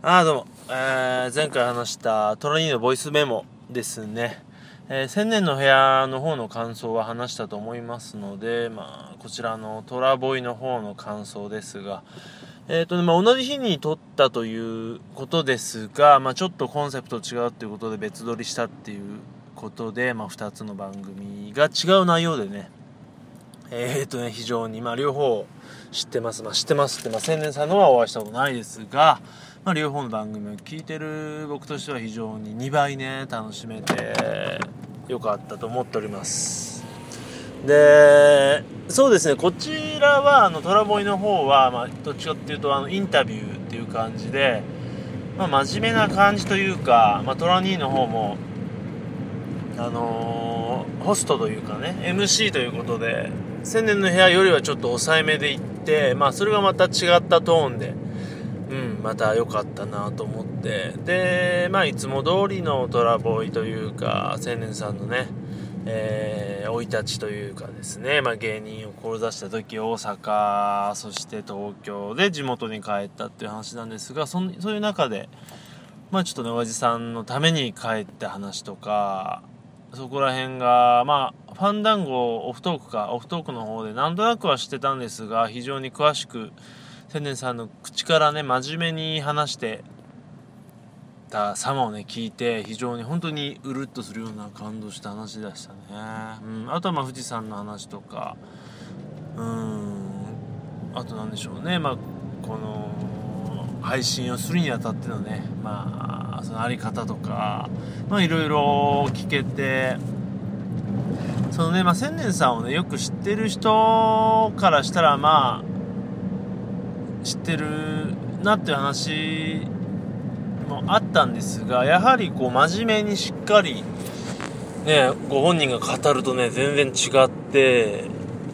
どうも、前回話したトラニーのボイスメモですね。1000年の部屋の方の感想は話したと思いますので、こちらのトラボイの方の感想ですが、同じ日に撮ったということですが、ちょっとコンセプト違うということで別撮りしたっていうことで、2つの番組が違う内容でね、非常に両方知ってますって千年さんのはお会いしたことないですが、両方の番組を聞いてる僕としては非常に2倍ね楽しめてよかったと思っております。で、そうですね、こちらはトラボイの方は、どっちかっていうとインタビューっていう感じで、真面目な感じというか、トラニーの方もホストというかね MC ということで千年の部屋よりはちょっと抑えめでいって、それがまた違ったトーンでまた良かったなと思って、でいつも通りのトラボーイというか千年さんのね生い立ちというかですね、芸人を志した時大阪そして東京で地元に帰ったっていう話なんですが、そういう中でちょっとね親父さんのために帰った話とか、そこら辺がファンダンゴオフトークの方でなんとなくは知ってたんですが、非常に詳しく千年さんの口からね真面目に話してた様をね聞いて、非常に本当にうるっとするような感動した話でしたね。あとは富士山の話とか、あとなんでしょうね、この配信をするにあたってのねそのあり方とかいろいろ聞けて、そのね千年さんをねよく知ってる人からしたら知ってるなっていう話もあったんですが、やはり真面目にしっかりねご本人が語るとね全然違って、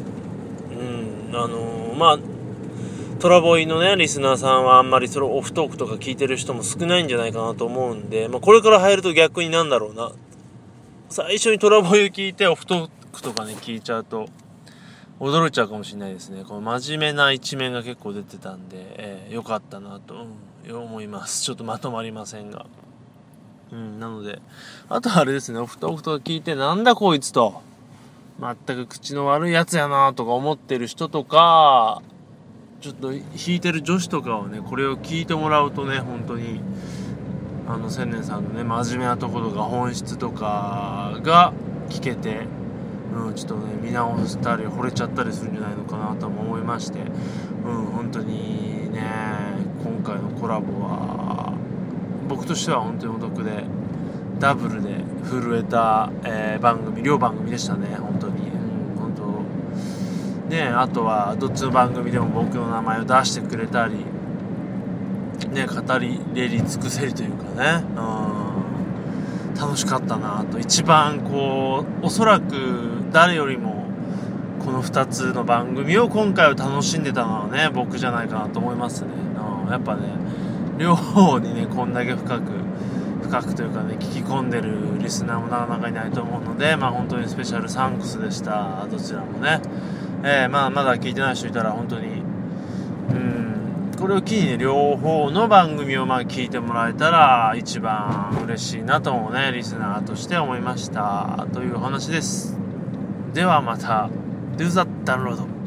トラボイのねリスナーさんはあんまりそれオフトークとか聞いてる人も少ないんじゃないかなと思うんで、これから入ると逆になんだろうな、最初にトラボイを聞いてオフトークとかね聞いちゃうと驚いちゃうかもしれないですね。この真面目な一面が結構出てたんで、良かったなと、思います。ちょっとまとまりませんが、なのであとはあれですね、オフトークとか聞いてなんだこいつと全く口の悪いやつやなとか思ってる人とか、ちょっと引いてる女子とかはねこれを聞いてもらうとね本当に千年さんのね真面目なところが本質とかが聞けて、ちょっとね見直したり惚れちゃったりするんじゃないのかなとも思いまして、本当にね今回のコラボは僕としては本当にお得でダブルで震えた、両番組でしたね。本当に、本当ね、あとはどっちの番組でも僕の名前を出してくれたりね、語りれり尽くせりというかね、楽しかったなと。一番おそらく誰よりもこの2つの番組を今回を楽しんでたのはね僕じゃないかなと思いますね。やっぱね両方にねこんだけ深くというかね聞き込んでるリスナーもなかなかいないと思うので、本当にスペシャルサンクスでした。どちらもね、まだ聞いてない人いたら本当にこれを機にね両方の番組を聞いてもらえたら一番嬉しいなともねリスナーとして思いましたというお話です。ではまた Do that download